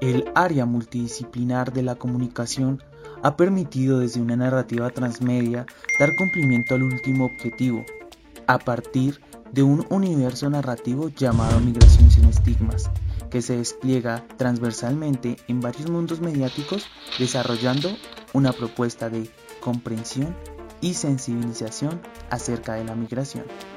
El área multidisciplinar de la comunicación ha permitido desde una narrativa transmedia dar cumplimiento al último objetivo, a partir de un universo narrativo llamado Migración sin estigmas, que se despliega transversalmente en varios mundos mediáticos, desarrollando una propuesta de comprensión y sensibilización acerca de la migración.